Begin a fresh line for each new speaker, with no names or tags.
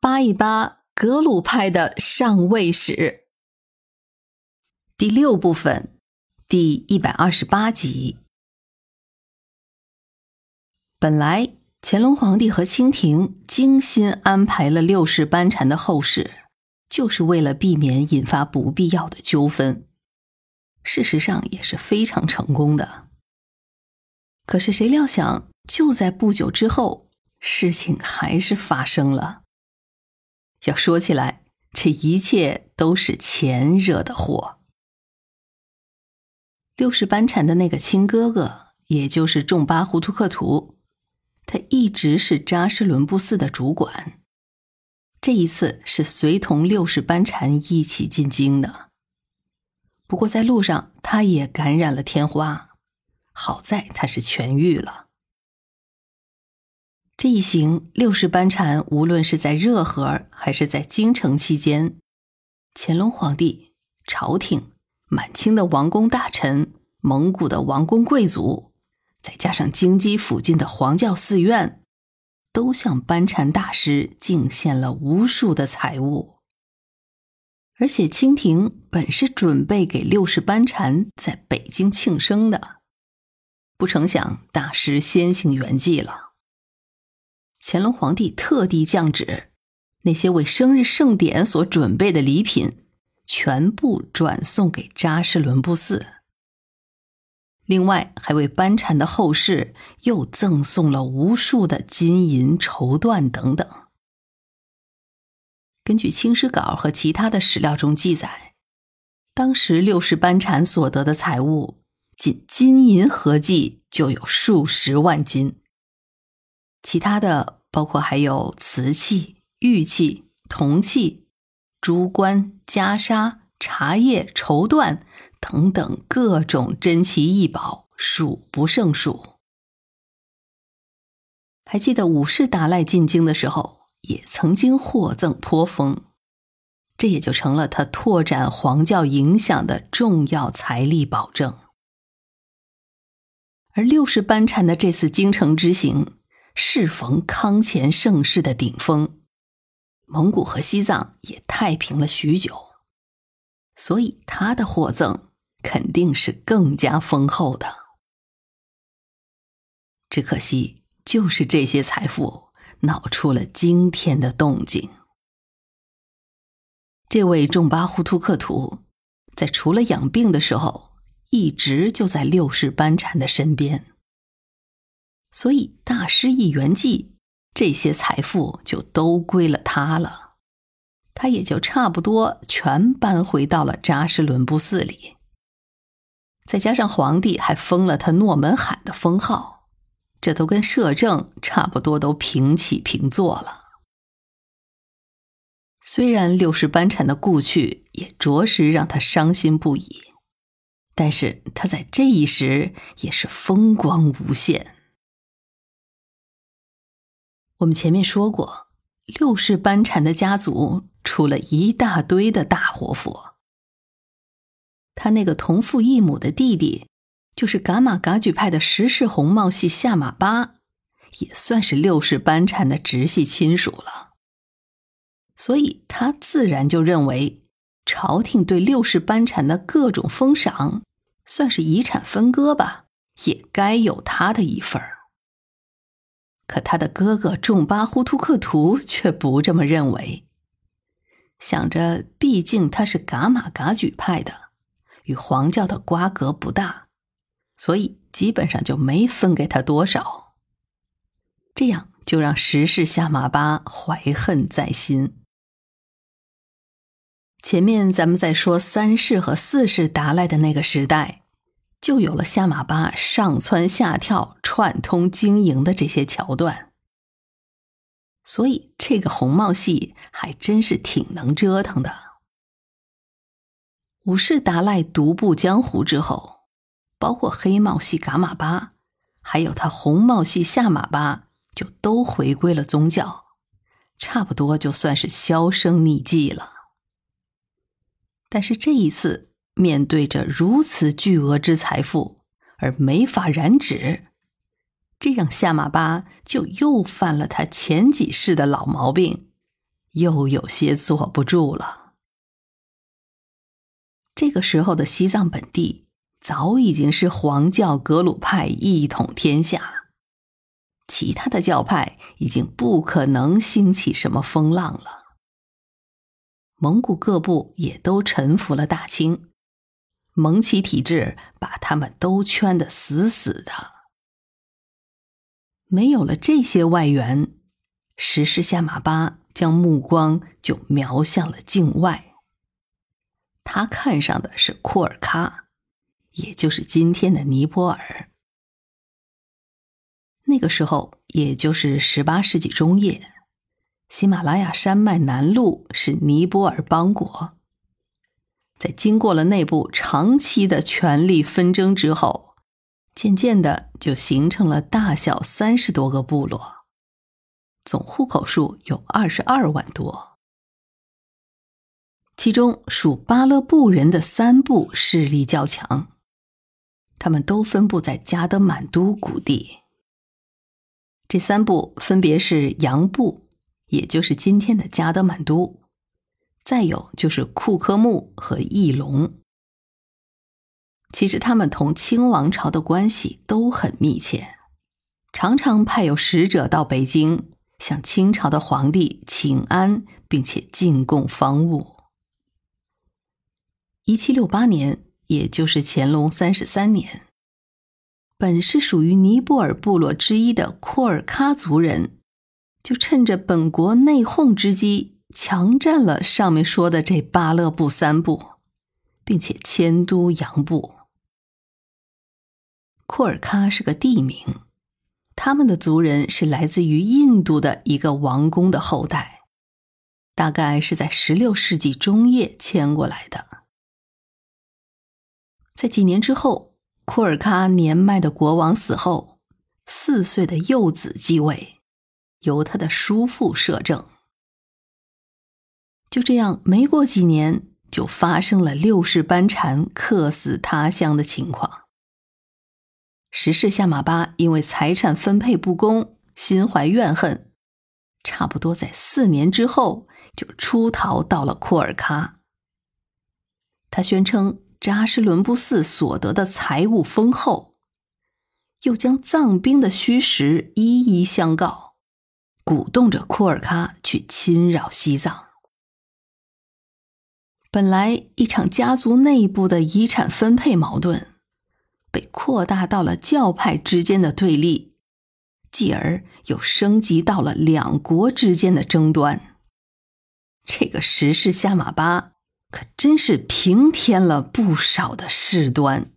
扒一扒格鲁派的上位史。第6部分，第128集。本来乾隆皇帝和清廷精心安排了六世班禅的后事，就是为了避免引发不必要的纠纷，事实上也是非常成功的。可是谁料想，就在不久之后，事情还是发生了。要说起来，这一切都是钱惹的祸。六世班禅的那个亲哥哥，也就是仲巴忽图克图，他一直是扎什伦布寺的主管。这一次是随同六世班禅一起进京的。不过在路上他也感染了天花，好在他是痊愈了。这一行六世班禅无论是在热河还是在京城期间，乾隆皇帝、朝廷、满清的王公大臣、蒙古的王公贵族，再加上京畿附近的黄教寺院，都向班禅大师敬献了无数的财物。而且清廷本是准备给六世班禅在北京庆生的，不成想大师先行圆寂了。乾隆皇帝特地降旨，那些为生日盛典所准备的礼品全部转送给扎什伦布寺。另外还为班禅的后事又赠送了无数的金银绸缎等等。根据清史稿和其他的史料中记载，当时六世班禅所得的财物，仅金银合计就有数十万斤。其他的包括还有瓷器、玉器、铜器、珠冠、袈裟、茶叶、绸缎等等各种珍奇异宝，数不胜数。还记得五世达赖进京的时候，也曾经获赠颇丰，这也就成了他拓展黄教影响的重要财力保证。而六世班禅的这次京城之行，适逢康乾盛世的顶峰，蒙古和西藏也太平了许久，所以他的获赠肯定是更加丰厚的。只可惜，就是这些财富闹出了惊天的动静。这位仲巴忽图克图，在除了养病的时候，一直就在六世班禅的身边。所以大师一圆寂，这些财富就都归了他了，他也就差不多全搬回到了扎什伦布寺里。再加上皇帝还封了他诺门罕的封号，这都跟摄政差不多都平起平坐了。虽然六世班禅的故去也着实让他伤心不已，但是他在这一时也是风光无限。我们前面说过，六世班禅的家族出了一大堆的大活佛。他那个同父异母的弟弟，就是噶玛噶举派的十世红帽系夏玛巴，也算是六世班禅的直系亲属了。所以他自然就认为，朝廷对六世班禅的各种封赏，算是遗产分割吧，也该有他的一份儿。可他的哥哥仲巴忽图克图却不这么认为，想着毕竟他是噶玛噶举派的，与黄教的瓜葛不大，所以基本上就没分给他多少。这样就让十世夏玛巴怀恨在心。前面咱们在说3世和4世达赖的那个时代，就有了夏玛巴上蹿下跳串通经营的这些桥段。所以这个红帽系还真是挺能折腾的。5世达赖独步江湖之后，包括黑帽系噶玛巴还有他红帽系夏玛巴就都回归了宗教，差不多就算是销声匿迹了。但是这一次面对着如此巨额之财富而没法染指，这让夏玛巴就又犯了他前几世的老毛病， 又有些坐不住了。这个时候的西藏本地早已经是黄教格鲁派一统天下，其他的教派已经不可能兴起什么风浪了。蒙古各部也都臣服了大清，蒙奇体制把他们都圈得死死的。没有了这些外援，十世夏玛巴将目光就瞄向了境外。他看上的是库尔喀，也就是今天的尼泊尔。那个时候，也就是18世纪中叶，喜马拉雅山脉南麓是尼泊尔邦国。在经过了内部长期的权力纷争之后，渐渐的就形成了大小30多个部落，总户口数有22万多。其中属巴勒布人的3部势力较强，他们都分布在加德满都谷地。这3部分别是杨部，也就是今天的加德满都，再有就是库克木和翼龙。其实他们同清王朝的关系都很密切，常常派有使者到北京，向清朝的皇帝请安，并且进贡方物。1768年，也就是乾隆33年，本是属于尼泊尔部落之一的库尔喀族人，就趁着本国内讧之机，强占了上面说的这巴勒部3部，并且迁都杨部。库尔喀是个地名，他们的族人是来自于印度的一个王公的后代，大概是在16世纪中叶迁过来的。在几年之后，库尔喀年迈的国王死后，4岁的幼子继位，由他的叔父摄政。就这样，没过几年，就发生了6世班禅客死他乡的情况。10世夏玛巴因为财产分配不公，心怀怨恨，差不多在4年之后就出逃到了库尔喀。他宣称扎什伦布寺所得的财物丰厚，又将藏兵的虚实一一相告，鼓动着库尔喀去侵扰西藏。本来一场家族内部的遗产分配矛盾，被扩大到了教派之间的对立，继而又升级到了2国之间的争端。这个10世夏玛巴可真是平添了不少的事端。